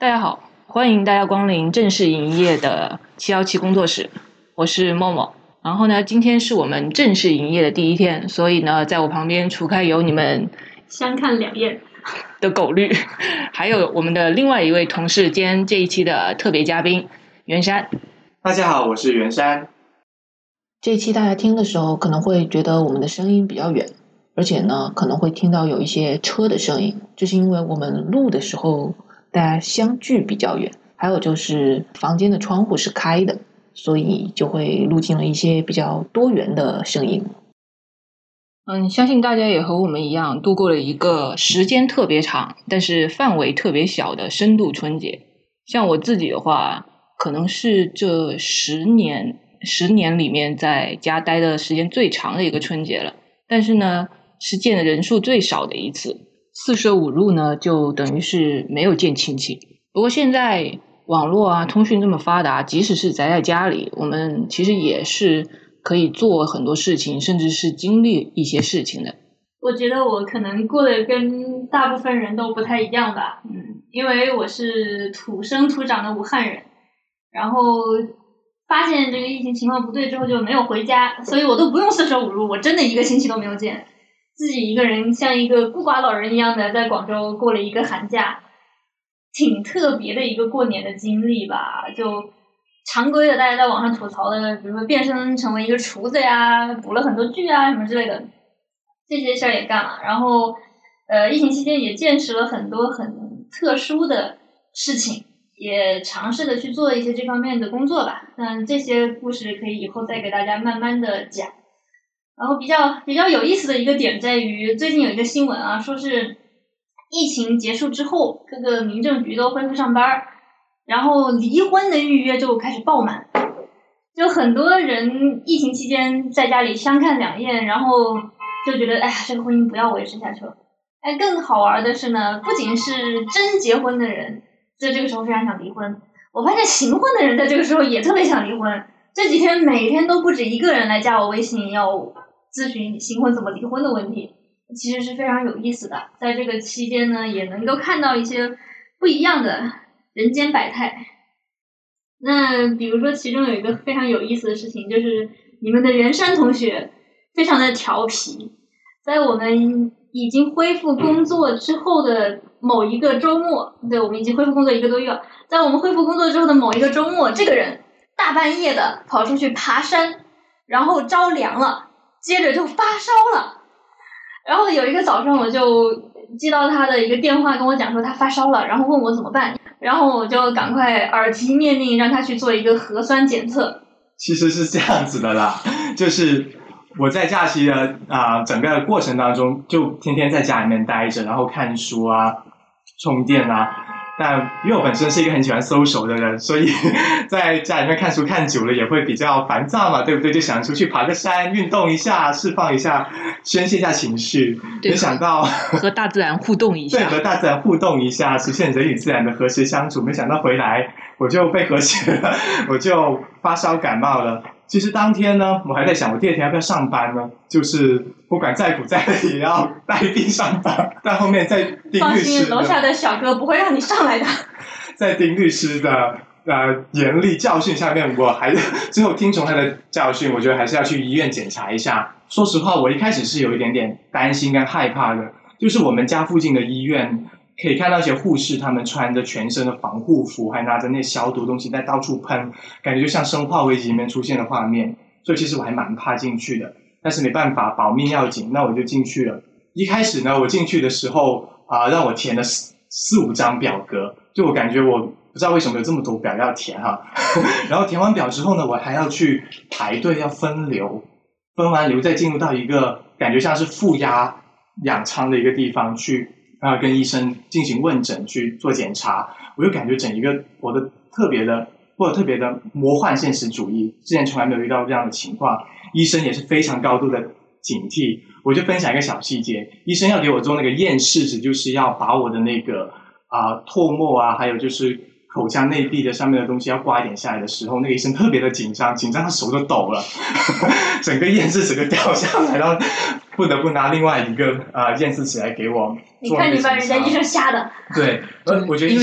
大家好，欢迎大家光临正式营业的717工作室，我是默默。然后呢，今天是我们正式营业的第一天，所以呢，在我旁边除开有你们相看两厌的狗绿，还有我们的另外一位同事兼这一期的特别嘉宾袁山。 大家好，我是袁山。 这一期大家听的时候可能会觉得我们的声音比较远，而且呢可能会听到有一些车的声音，这是因为我们录的时候大家相距比较远，还有就是房间的窗户是开的，所以就会录进了一些比较多元的声音。相信大家也和我们一样度过了一个时间特别长但是范围特别小的深度春节。像我自己的话，可能是这10年里面在家待的时间最长的一个春节了，但是呢是见的人数最少的一次，4舍5入呢就等于是没有见亲戚。不过现在网络啊通讯这么发达，即使是宅在家里，我们其实也是可以做很多事情，甚至是经历一些事情的。 我觉得我可能过得跟大部分人都不太一样吧，因为我是土生土长的武汉人，然后发现这个疫情情况不对之后就没有回家，所以我都不用4舍5入，我真的一个星期都没有见，自己一个人像一个孤寡老人一样的在广州过了一个寒假，挺特别的一个过年的经历吧。就常规的大家在网上吐槽的，比如说变身成为一个厨子呀，补了很多剧啊什么之类的，这些事儿也干了。然后疫情期间也见识了很多很特殊的事情，也尝试的去做一些这方面的工作吧。这些故事可以以后再给大家慢慢的讲。然后比较有意思的一个点在于，最近有一个新闻啊，说是疫情结束之后，各个民政局都恢复上班，然后离婚的预约就开始爆满，就很多人疫情期间在家里相看两厌，然后就觉得哎呀，这个婚姻不要维持下去了。更好玩的是呢，不仅是真结婚的人在这个时候非常想离婚，我发现行婚的人在这个时候也特别想离婚。这几天每天都不止一个人来加我微信要咨询行婚怎么离婚的问题，其实是非常有意思的。在这个期间呢，也能够看到一些不一样的人间百态。那比如说其中有一个非常有意思的事情，就是你们的袁山同学非常的调皮，在我们已经恢复工作之后的某一个周末，对，我们已经恢复工作1个多月了，在我们恢复工作之后的某一个周末，这个人大半夜的跑出去爬山，然后着凉了，接着就发烧了。然后有一个早上我就接到他的一个电话跟我讲说他发烧了，然后问我怎么办，然后我就赶快耳提面命让他去做一个核酸检测。 其实是这样子的啦，就是我在假期的整个过程当中，就天天在家里面待着，然后看书啊、充电啊。但因为我本身是一个很喜欢social的人，所以在家里面看书看久了也会比较烦躁嘛，对不对？就想出去爬个山，运动一下，释放一下，宣泄一下情绪。没想到和大自然互动一下， 对，和大自然互动一下，实现人与自然的和谐相处。没想到回来我就被和谐了，我就发烧感冒了。其实当天呢，我还在想，我第2天要不要上班呢？就是不管再苦再累，也要带病上班。但后面在丁律师放心，楼下的小哥不会让你上来的。 在丁律师的严厉教训下面，我还最后听从他的教训，我觉得还是要去医院检查一下。说实话，我一开始是有一点点担心跟害怕的，就是我们家附近的医院可以看到一些护士，他们穿着全身的防护服，还拿着那消毒东西在到处喷，感觉就像生化危机里面出现的画面。所以其实我还蛮怕进去的，但是没办法，保命要紧，那我就进去了。一开始呢，我进去的时候让我填了4-5张表格，就我感觉我不知道为什么有这么多表要填哈。然后填完表之后呢，我还要去排队要分流，分完流再进入到一个感觉像是负压氧舱的一个地方去跟医生进行问诊去做检查。我就感觉整一个活得特别的魔幻现实主义，之前从来没有遇到这样的情况。医生也是非常高度的警惕。我就分享一个小细节，医生要给我做那个验试纸，就是要把我的那个唾沫啊，还有就是口腔内壁的上面的东西要刮一点下来的时候，那个医生特别的紧张他手都抖了，整个验试纸就掉下来，然后不得不拿另外一个验试纸来给我做。 你看你把人家医生吓的。 对，我觉得医生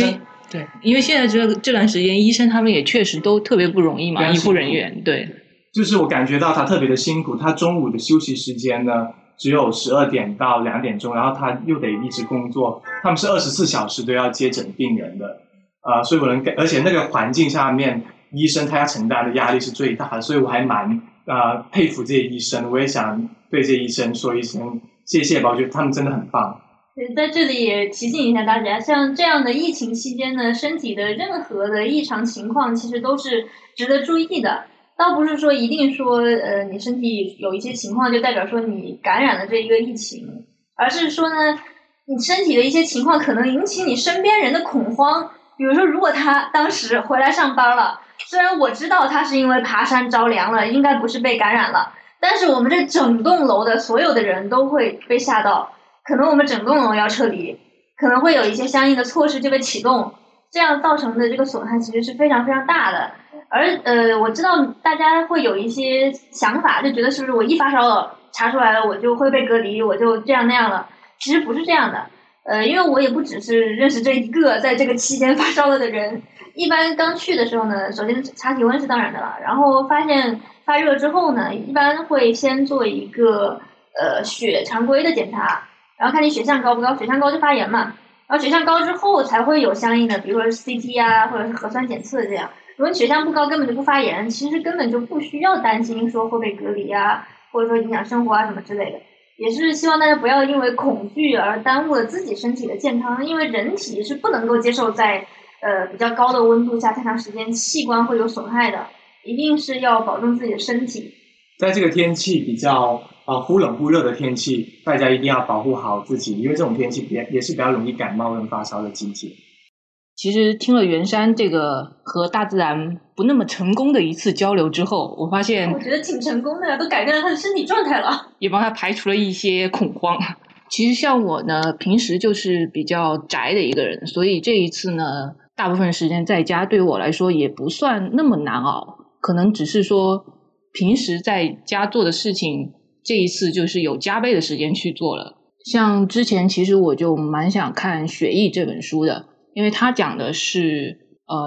对，因为现在这段时间，医生他们也确实都特别不容易嘛，医护人员。对， 就是我感觉到他特别的辛苦，他中午的休息时间呢只有12点到2点钟，然后他又得一直工作，他们是24小时都要接诊病人的，所以而且那个环境下面，医生他要承担的压力是最大的，所以我还蛮佩服这些医生，我也想对这些医生说一声谢谢吧，我觉得他们真的很棒。 在这里也提醒一下大家，像这样的疫情期间呢，身体的任何的异常情况其实都是值得注意的，倒不是说一定说你身体有一些情况就代表说你感染了这一个疫情，而是说呢你身体的一些情况可能引起你身边人的恐慌。比如说如果他当时回来上班了，虽然我知道他是因为爬山着凉了，应该不是被感染了，但是我们这整栋楼的所有的人都会被吓到，可能我们整栋楼要撤离，可能会有一些相应的措施就被启动，这样造成的这个损害其实是非常非常大的。而我知道大家会有一些想法，就觉得是不是我一发烧了查出来了我就会被隔离，我就这样那样了，其实不是这样的。因为我也不只是认识这一个在这个期间发烧了的人，一般刚去的时候呢，首先查体温是当然的了，然后发现发热之后呢，一般会先做一个血常规的检查，然后看你血象高不高，血象高就发炎嘛，然后血象高之后才会有相应的，比如说是 CT 啊，或者是核酸检测这样。如果你血象不高，根本就不发炎，其实根本就不需要担心说会被隔离啊，或者说影响生活啊什么之类的。也是希望大家不要因为恐惧而耽误了自己身体的健康，因为人体是不能够接受在比较高的温度下太长时间器官会有损害的，一定是要保重自己的身体。 在这个天气比较忽冷忽热的天气，大家一定要保护好自己，因为这种天气也是比较容易感冒跟发烧的季节。 其实听了袁山这个和大自然不那么成功的一次交流之后，我发现我觉得挺成功的，都改变了他的身体状态了， 也帮他排除了一些恐慌。其实像我呢，平时就是比较宅的一个人，所以这一次呢，大部分时间在家对我来说也不算那么难熬，可能只是说平时在家做的事情，这一次就是有加倍的时间去做了。像之前其实我就蛮想看《血疫》这本书的，因为它讲的是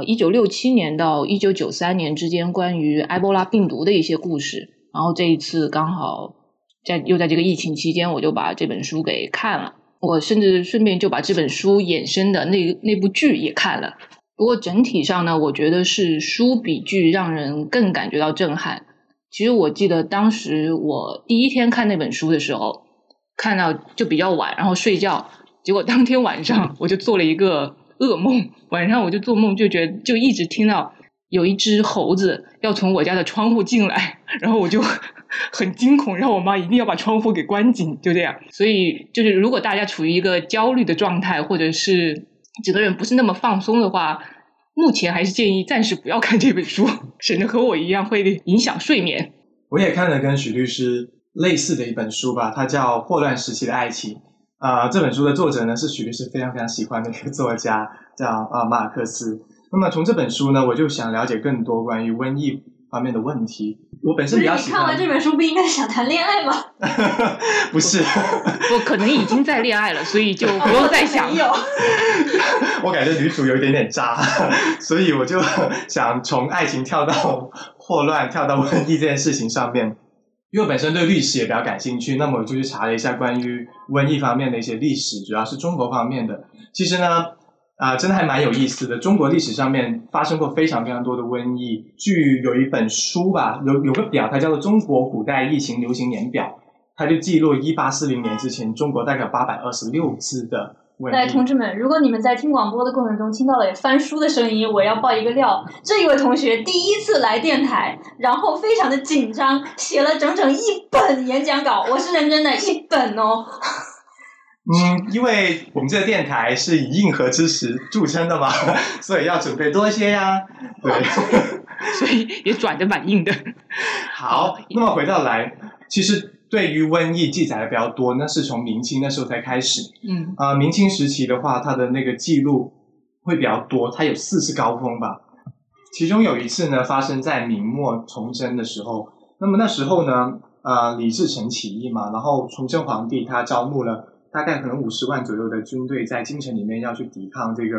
1967年到1993年之间关于埃博拉病毒的一些故事，然后这一次刚好又在这个疫情期间，我就把这本书给看了，我甚至顺便就把这本书衍生的那部剧也看了。不过整体上呢，我觉得是书比剧让人更感觉到震撼。其实我记得当时我第一天看那本书的时候，看到就比较晚，然后睡觉，结果当天晚上我就做了一个噩梦，晚上我就做梦，就一直听到有一只猴子要从我家的窗户进来，然后我就很惊恐，让我妈一定要把窗户给关紧，就这样。所以就是如果大家处于一个焦虑的状态，或者是整个人不是那么放松的话，目前还是建议暂时不要看这本书，省得和我一样会影响睡眠。 我也看了跟许律师类似的一本书吧，它叫《霍乱时期的爱情》。这本书的作者呢是许律师非常非常喜欢的一个作家，叫马尔克斯。那么从这本书呢，我就想了解更多关于瘟疫方面的问题。我本身比较喜欢。 你看完这本书不应该想谈恋爱吗？ 不是， 我可能已经在恋爱了，所以就不用再想。 我感觉女主有一点点渣，所以我就想从爱情跳到霍乱，跳到瘟疫这件事情上面。因为我本身对历史也比较感兴趣，那么我就去查了一下关于瘟疫方面的一些历史，主要是中国方面的。其实呢真的还蛮有意思的，中国历史上面发生过非常非常多的瘟疫。据有一本书吧，有个表，它叫做《中国古代疫情流行年表》，它就记录1840年之前中国大概有826次的瘟疫。 来，同志们，如果你们在听广播的过程中听到了翻书的声音，我要爆一个料，这一位同学第一次来电台，然后非常的紧张，写了整整1本演讲稿，我是认真的1本哦。 因为我们这个电台是以硬核知识著称的嘛，所以要准备多一些呀。对， 所以也转得蛮硬的。 好，那么回到来，其实对于瘟疫记载的比较多，那是从明清那时候才开始。明清时期的话，它的那个记录会比较多，它有4次高峰吧。其中有一次呢，发生在明末崇祯的时候。那么那时候呢，李自成起义嘛，然后崇祯皇帝他招募了大概可能50万左右的军队在京城里面要去抵抗这个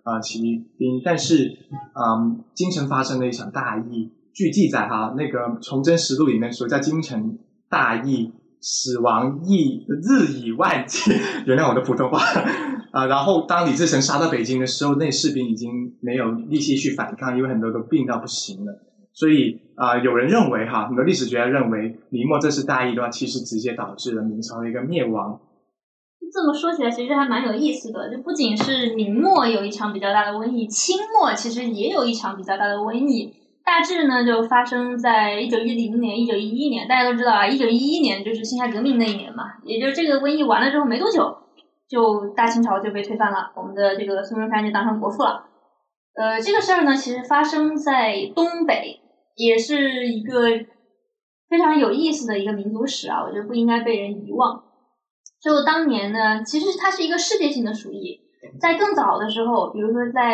起义兵，但是京城发生了一场大疫，据记载那个崇祯实录里面说叫京城大疫，死亡日以万计，原谅我的普通话然后当李自成杀到北京的时候，那士兵已经没有力气去反抗，因为很多都病到不行了。所以有人认为很多历史学家认为明末这次大疫的话，其实直接导致了明朝的一个灭亡。 这么说起来其实还蛮有意思的，就不仅是明末有一场比较大的瘟疫，清末其实也有一场比较大的瘟疫，大致呢就发生在1910年、1911年。大家都知道1911年就是辛亥革命那一年嘛，也就是这个瘟疫完了之后没多久，就大清朝就被推翻了，我们的这个孙中山就当上国父了。这个事儿呢，其实发生在东北，也是一个非常有意思的一个民族史我觉得不应该被人遗忘。就当年呢，其实它是一个世界性的鼠疫，在更早的时候，比如说在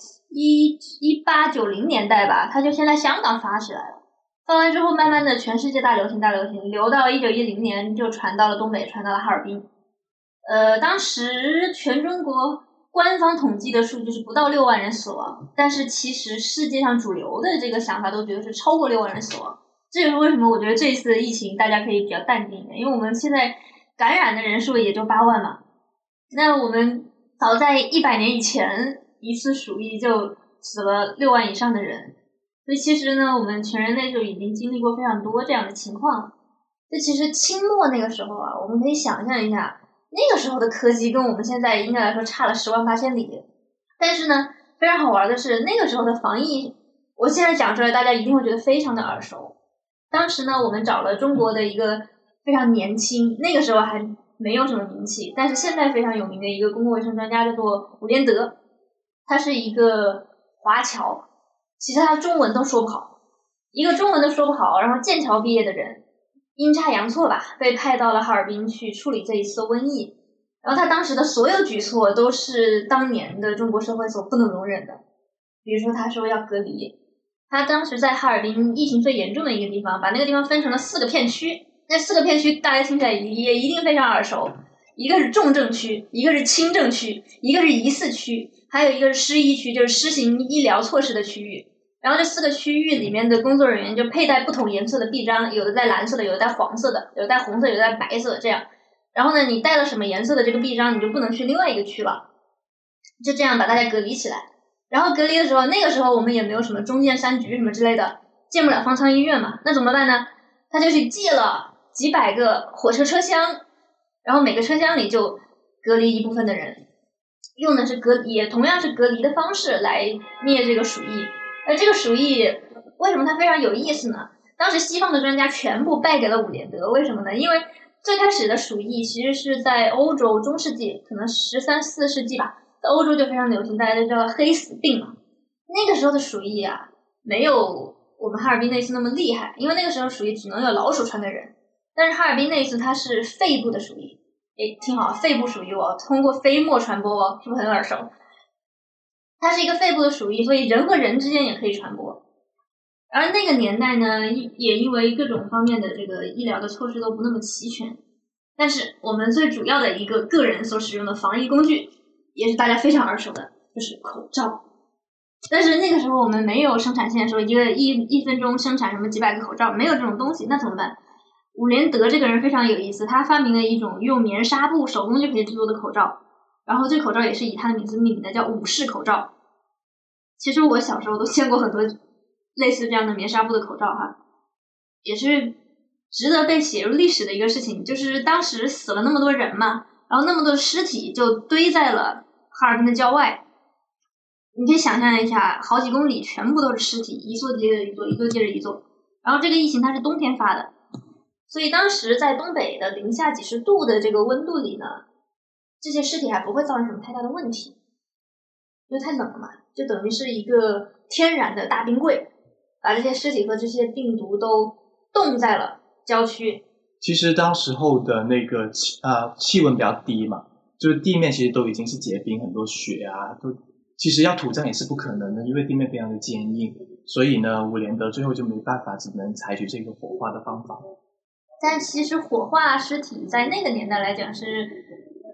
1890年代吧，它就先在香港发起来了，发完之后慢慢的全世界大流行，流到1910年就传到了东北，传到了哈尔滨。当时全中国官方统计的数据是不到6万人死亡，但是其实世界上主流的这个想法都觉得是超过6万人死亡。这就是为什么我觉得这一次的疫情大家可以比较淡定一点，因为我们现在感染的人数也就8万嘛，那我们早在100年以前一次鼠疫就死了6万以上的人，所以其实呢我们全人类就已经经历过非常多这样的情况了。这其实清末那个时候我们可以想象一下，那个时候的科技跟我们现在应该来说差了10万8千里，但是呢非常好玩的是那个时候的防疫，我现在讲出来大家一定会觉得非常的耳熟。当时呢我们找了中国的一个非常年轻，那个时候还没有什么名气，但是现在非常有名的一个公共卫生专家叫做伍连德，他是一个华侨，其实他中文都说不好，一个中文都说不好，然后剑桥毕业的人，阴差阳错吧被派到了哈尔滨去处理这一次瘟疫，然后他当时的所有举措都是当年的中国社会所不能容忍的，比如说他说要隔离，他当时在哈尔滨疫情最严重的一个地方，把那个地方分成了4个片区，那4个片区大家听起来也一定非常耳熟，一个是重症区，一个是轻症区，一个是疑似区，还有一个是施医区，就是施行医疗措施的区域。然后这4个区域里面的工作人员就佩戴不同颜色的臂章，有的带蓝色的，有的带黄色的，有的带红色，有的带白色这样。然后呢你带了什么颜色的这个臂章，你就不能去另外一个区了，就这样把大家隔离起来。然后隔离的时候，那个时候我们也没有什么中建山局什么之类的，建不了方舱医院嘛，那怎么办呢？他就去借了几百个火车车厢，然后每个车厢里就隔离一部分的人，用的是也同样是隔离的方式来灭这个鼠疫。而这个鼠疫为什么它非常有意思呢？当时西方的专家全部败给了伍连德，为什么呢？因为最开始的鼠疫其实是在欧洲中世纪，可能13、14世纪吧，在欧洲就非常流行，大家都叫黑死病嘛。那个时候的鼠疫没有我们哈尔滨那次那么厉害，因为那个时候鼠疫只能有老鼠传给人，但是哈尔滨那次它是肺部的鼠疫，听好，肺部鼠疫通过飞沫传播是不是很耳熟？它是一个肺部的鼠疫，所以人和人之间也可以传播。而那个年代呢，也因为各种方面的这个医疗的措施都不那么齐全，但是我们最主要的一个个人所使用的防疫工具，也是大家非常耳熟的，就是口罩。但是那个时候我们没有生产线，说一分钟生产什么几百个口罩，没有这种东西，那怎么办？伍连德这个人非常有意思，他发明了一种用棉纱布手工就可以制作的口罩，然后这口罩也是以他的名字命名的，叫武士口罩。其实我小时候都见过很多类似这样的棉纱布的口罩也是值得被写入历史的一个事情，就是当时死了那么多人嘛，然后那么多尸体就堆在了哈尔滨的郊外，你可以想象一下，好几公里全部都是尸体，一座接着一座，一座接着一座。然后这个疫情它是冬天发的，所以当时在东北的零下几十度的这个温度里呢，这些尸体还不会造成什么太大的问题，因为太冷了嘛，就等于是一个天然的大冰柜，把这些尸体和这些病毒都冻在了郊区。 其实当时候的那个气温比较低嘛，就是地面其实都已经是结冰，很多雪都其实要土葬也是不可能的，因为地面非常的坚硬，所以呢伍连德最后就没办法，只能采取这个火化的方法。 但其实火化尸体在那个年代来讲是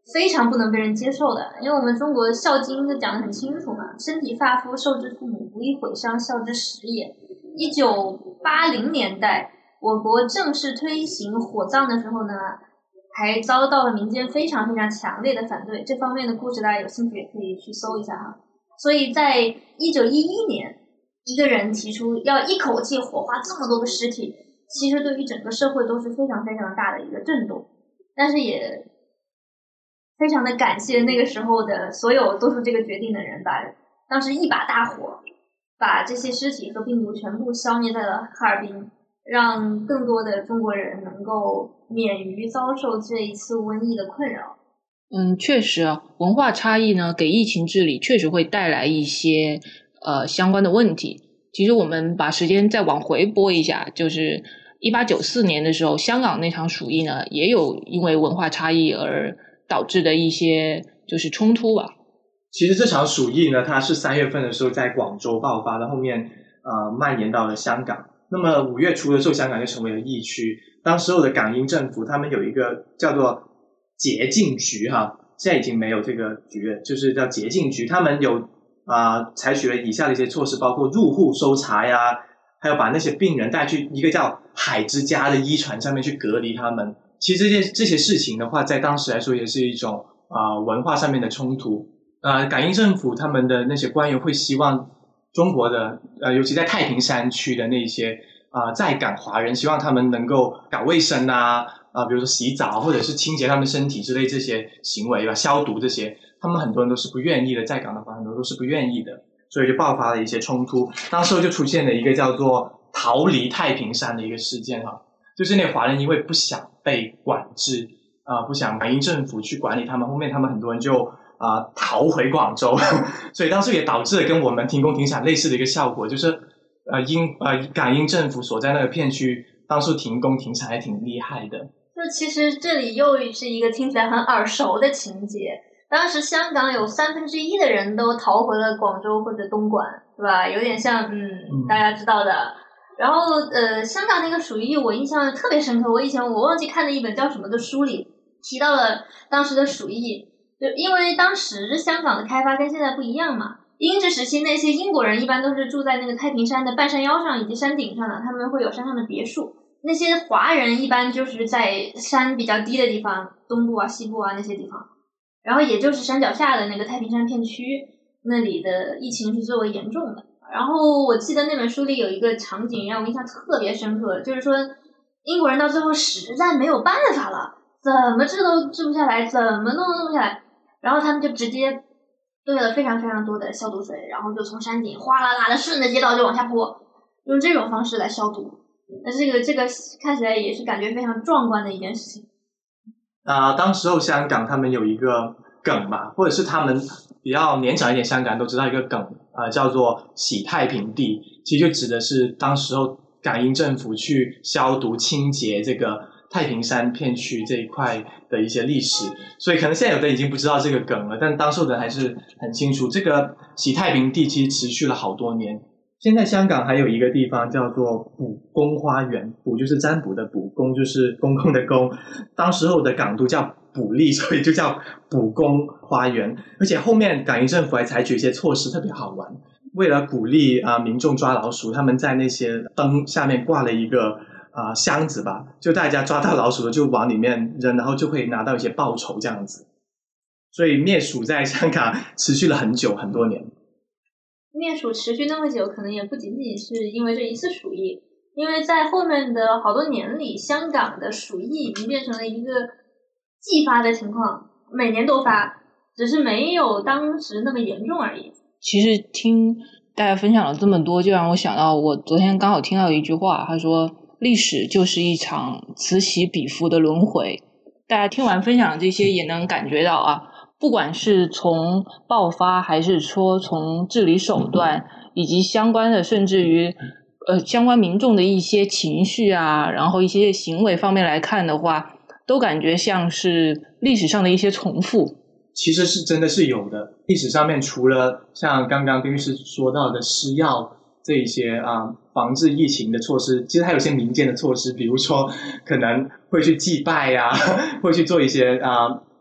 非常不能被人接受的。因为我们中国《孝经》就讲得很清楚嘛，身体发肤受之父母，不亦毁伤，孝之始也。1980年代我国正式推行火葬的时候呢，还遭到了民间非常非常强烈的反对，这方面的故事大家有兴趣也可以去搜一下哈。所以在1911年，一个人提出要一口气火化这么多的尸体，其实对于整个社会都是非常非常大的一个震动，但是也非常的感谢那个时候的所有做出这个决定的人，把当时一把大火把这些尸体和病毒全部消灭在了哈尔滨，让更多的中国人能够免于遭受这一次瘟疫的困扰。 确实啊，文化差异呢，给疫情治理确实会带来一些相关的问题。其实我们把时间再往回拨一下，就是1894年的时候，香港那场鼠疫呢，也有因为文化差异而导致的一些就是冲突吧。 其实这场鼠疫呢，它是3月份的时候在广州爆发的，后面蔓延到了香港。那么5月初的时候，香港就成为了疫区。当时候的港英政府他们有一个叫做洁净局哈，现在已经没有这个局了，就是叫洁净局。他们有采取了以下的一些措施，包括入户搜查呀，还有把那些病人带去一个叫海之家的医船上面去隔离他们。其实这些事情的话，在当时来说也是一种文化上面的冲突。港英政府他们的那些官员会希望中国的尤其在太平山区的那些在港华人，希望他们能够搞卫生比如说洗澡或者是清洁他们身体之类这些行为吧，消毒这些，他们很多人都是不愿意的，在港的话很多都是不愿意的，所以就爆发了一些冲突。当时就出现了一个叫做逃离太平山的一个事件哈，就是那华人因为不想被管制不想港英政府去管理他们，后面他们很多人就逃回广州所以当时也导致了跟我们停工停产类似的一个效果，就是港英政府所在那个片区当时停工停产还挺厉害的。 就其实这里又是一个听起来很耳熟的情节，当时香港有1/3的人都逃回了广州或者东莞，是吧？有点像大家知道的。然后香港那个鼠疫我印象特别深刻，我忘记看的一本叫什么的书里提到了当时的鼠疫，就因为当时香港的开发跟现在不一样嘛，英治时期那些英国人一般都是住在那个太平山的半山腰上以及山顶上的，他们会有山上的别墅。那些华人一般就是在山比较低的地方，东部西部那些地方，然后也就是山脚下的那个太平山片区，那里的疫情是最为严重的。然后我记得那本书里有一个场景让我印象特别深刻，就是说英国人到最后实在没有办法了，怎么治都治不下来，怎么弄都弄不下来，然后他们就直接兑了非常非常多的消毒水，然后就从山顶哗啦啦的顺着街道就往下泼，用这种方式来消毒。那这个看起来也是感觉非常壮观的一件事情。 当时候香港他们有一个梗嘛，或者是他们比较年长一点香港人都知道一个梗叫做洗太平地，其实就指的是当时候港英政府去消毒清洁这个太平山片区这一块的一些历史，所以可能现在有的已经不知道这个梗了，但当时的人还是很清楚。这个洗太平地其实持续了好多年。现在香港还有一个地方叫做卜公花园，卜就是占卜的卜，公就是公共的公，当时候的港督叫卜吏，所以就叫卜公花园。而且后面港英政府还采取一些措施特别好玩，为了鼓励民众抓老鼠，他们在那些灯下面挂了一个箱子吧，就大家抓到老鼠了就往里面扔，然后就会拿到一些报酬这样子。所以灭鼠在香港持续了很久很多年。 灭鼠持续那么久，可能也不仅仅是因为这一次鼠疫，因为在后面的好多年里，香港的鼠疫已经变成了一个继发的情况，每年都发，只是没有当时那么严重而已。 其实听大家分享了这么多，就让我想到我昨天刚好听到一句话，他说历史就是一场此起彼伏的轮回。大家听完分享的这些也能感觉到不管是从爆发还是说从治理手段以及相关的甚至于相关民众的一些情绪然后一些行为方面来看的话，都感觉像是历史上的一些重复。 其实是真的是有的，历史上面除了像刚刚丁律师说到的施药这一些防治疫情的措施，其实还有一些民间的措施，比如说可能会去祭拜会去做一些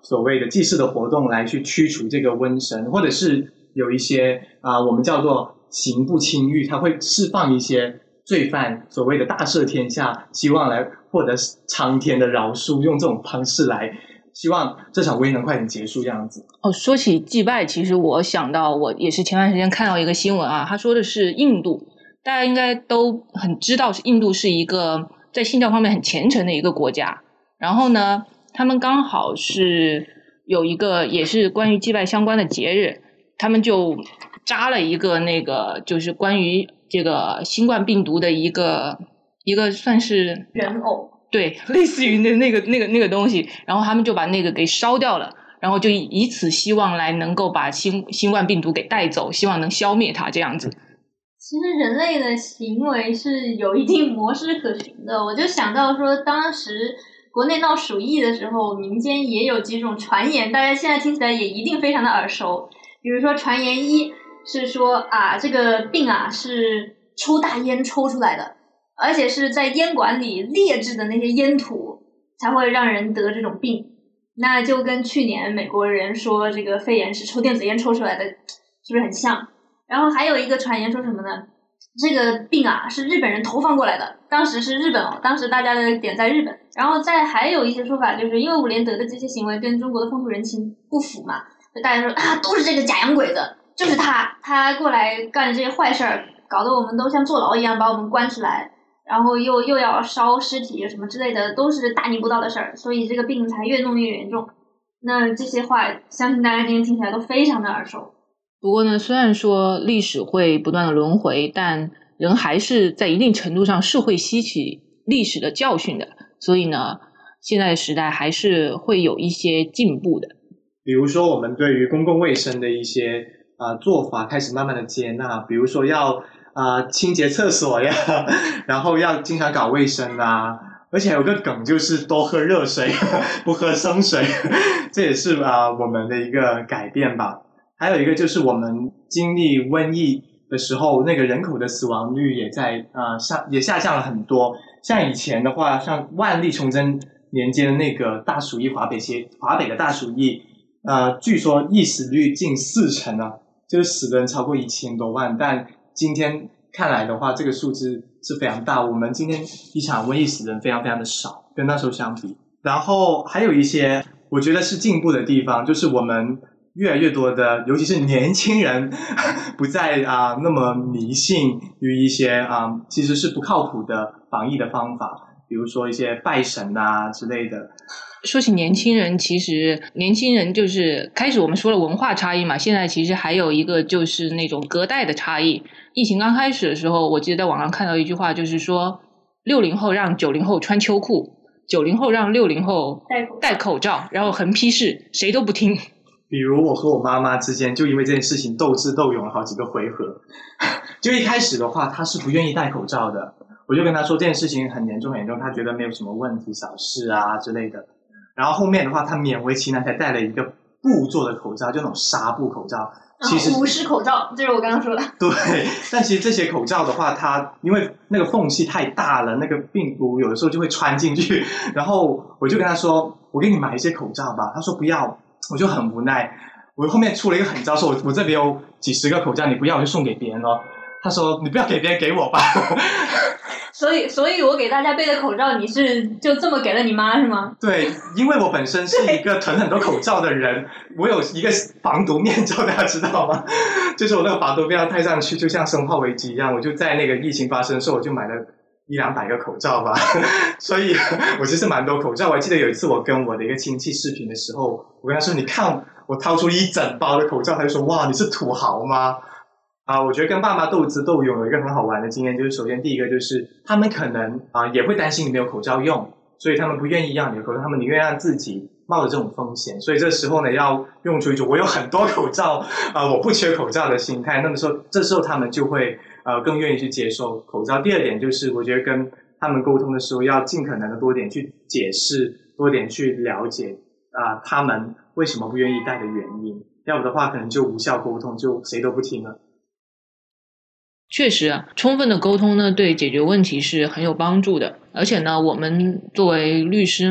所谓的祭祀的活动来去驱除这个瘟神，或者是有一些我们叫做刑不轻狱，他会释放一些罪犯，所谓的大赦天下，希望来获得苍天的饶恕，用这种方式来希望这场瘟疫能快点结束这样子。 说起祭拜，其实我想到我也是前段时间看到一个新闻啊，他说的是印度，大家应该都很知道印度是一个在信教方面很虔诚的一个国家，然后呢他们刚好是有一个也是关于祭拜相关的节日，他们就扎了一个那个就是关于这个新冠病毒的一个算是人偶， 对，类似于那个东西，然后他们就把那个给烧掉了，然后就以此希望来能够把新冠病毒给带走，希望能消灭它这样子。 其实人类的行为是有一定模式可循的，我就想到说当时国内闹鼠疫的时候，民间也有几种传言，大家现在听起来也一定非常的耳熟。比如说传言一是说这个病是抽大烟抽出来的，而且是在烟管里劣质的那些烟土才会让人得这种病，那就跟去年美国人说这个肺炎是抽电子烟抽出来的是不是很像？然后还有一个传言说什么呢？这个病是日本人投放过来的，当时是日本当时大家的点在日本。然后再还有一些说法，就是因为伍连德的这些行为跟中国的风土人情不符嘛，就大家说都是这个假洋鬼子，就是他过来干的这些坏事儿，搞得我们都像坐牢一样把我们关起来，然后又要烧尸体什么之类的，都是大逆不道的事儿，所以这个病才越弄越严重。那这些话相信大家今天听起来都非常的耳熟。 不过呢，虽然说历史会不断的轮回，但人还是在一定程度上是会吸取历史的教训的，所以呢现在的时代还是会有一些进步的。 比如说我们对于公共卫生的一些做法开始慢慢的接纳，比如说要清洁厕所呀，然后要经常搞卫生啊，而且有个梗就是多喝热水不喝生水这也是我们的一个改变吧。还有一个就是我们经历瘟疫的时候，那个人口的死亡率也在也下降了很多。像以前的话，像万历崇祯年间的那个大鼠疫，华北的大鼠疫，据说疫死率近40%啊，就是死的人超过1000多万。但今天看来的话，这个数字是非常大。我们今天一场瘟疫死的人非常非常的少，跟那时候相比。然后还有一些我觉得是进步的地方，就是我们越来越多的，尤其是年轻人不再那么迷信于一些其实是不靠谱的防疫的方法，比如说一些拜神之类的。 说起年轻人，其实年轻人就是开始我们说了文化差异嘛，现在其实还有一个就是那种隔代的差异。疫情刚开始的时候，我记得在网上看到一句话，就是说60后让90后穿秋裤，90后让60后戴口罩，然后横批是谁都不听。 比如我和我妈妈之间就因为这件事情斗智斗勇了好几个回合就一开始的话她是不愿意戴口罩的，我就跟她说这件事情很严重很严重，她觉得没有什么问题，小事之类的。然后后面的话她勉为其难才戴了一个布做的口罩，就那种纱布口罩，其实无湿口罩，这是我刚刚说的。 对，但其实这些口罩的话，它因为那个缝隙太大了，那个病毒有的时候就会穿进去。然后我就跟他说：“我给你买一些口罩吧。”他说：“不要。”我就很无奈。我后面出了一个狠招，说我这边有几十个口罩，你不要我就送给别人哦。他说：“你不要给别人，给我吧。” 所以我给大家备的口罩，你是就这么给了你妈是吗？ 对，因为我本身是一个囤很多口罩的人，我有一个防毒面罩，大家知道吗？就是我那个防毒面罩戴上去，就像生化危机一样。我就在那个疫情发生的时候，我就买了100-200个口罩吧。所以我其实蛮多口罩。我还记得有一次我跟我的一个亲戚视频的时候，我跟他说：“你看我掏出一整包的口罩。”他就说：“哇，你是土豪吗？”我觉得跟爸妈斗智斗勇有一个很好玩的经验，就是首先第一个就是他们可能也会担心你没有口罩用，所以他们不愿意让你的口罩，他们宁愿让自己冒着这种风险。所以这时候呢，要用出一种我有很多口罩我不缺口罩的心态。那么说这时候他们就会更愿意去接受口罩。第二点就是我觉得跟他们沟通的时候要尽可能的多点去解释，多点去了解他们为什么不愿意戴的原因，要不的话可能就无效沟通，就谁都不听了。 确实充分的沟通呢对解决问题是很有帮助的。而且呢我们作为律师嘛，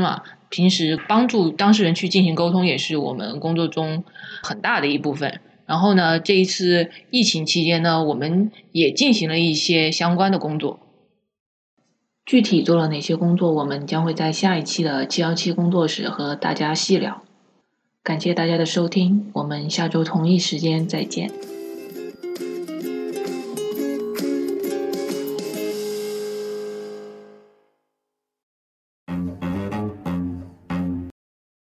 平时帮助当事人去进行沟通也是我们工作中很大的一部分。然后呢，这一次疫情期间呢，我们也进行了一些相关的工作。具体做了哪些工作，我们将会在下一期的717工作室和大家细聊。感谢大家的收听，我们下周同一时间再见。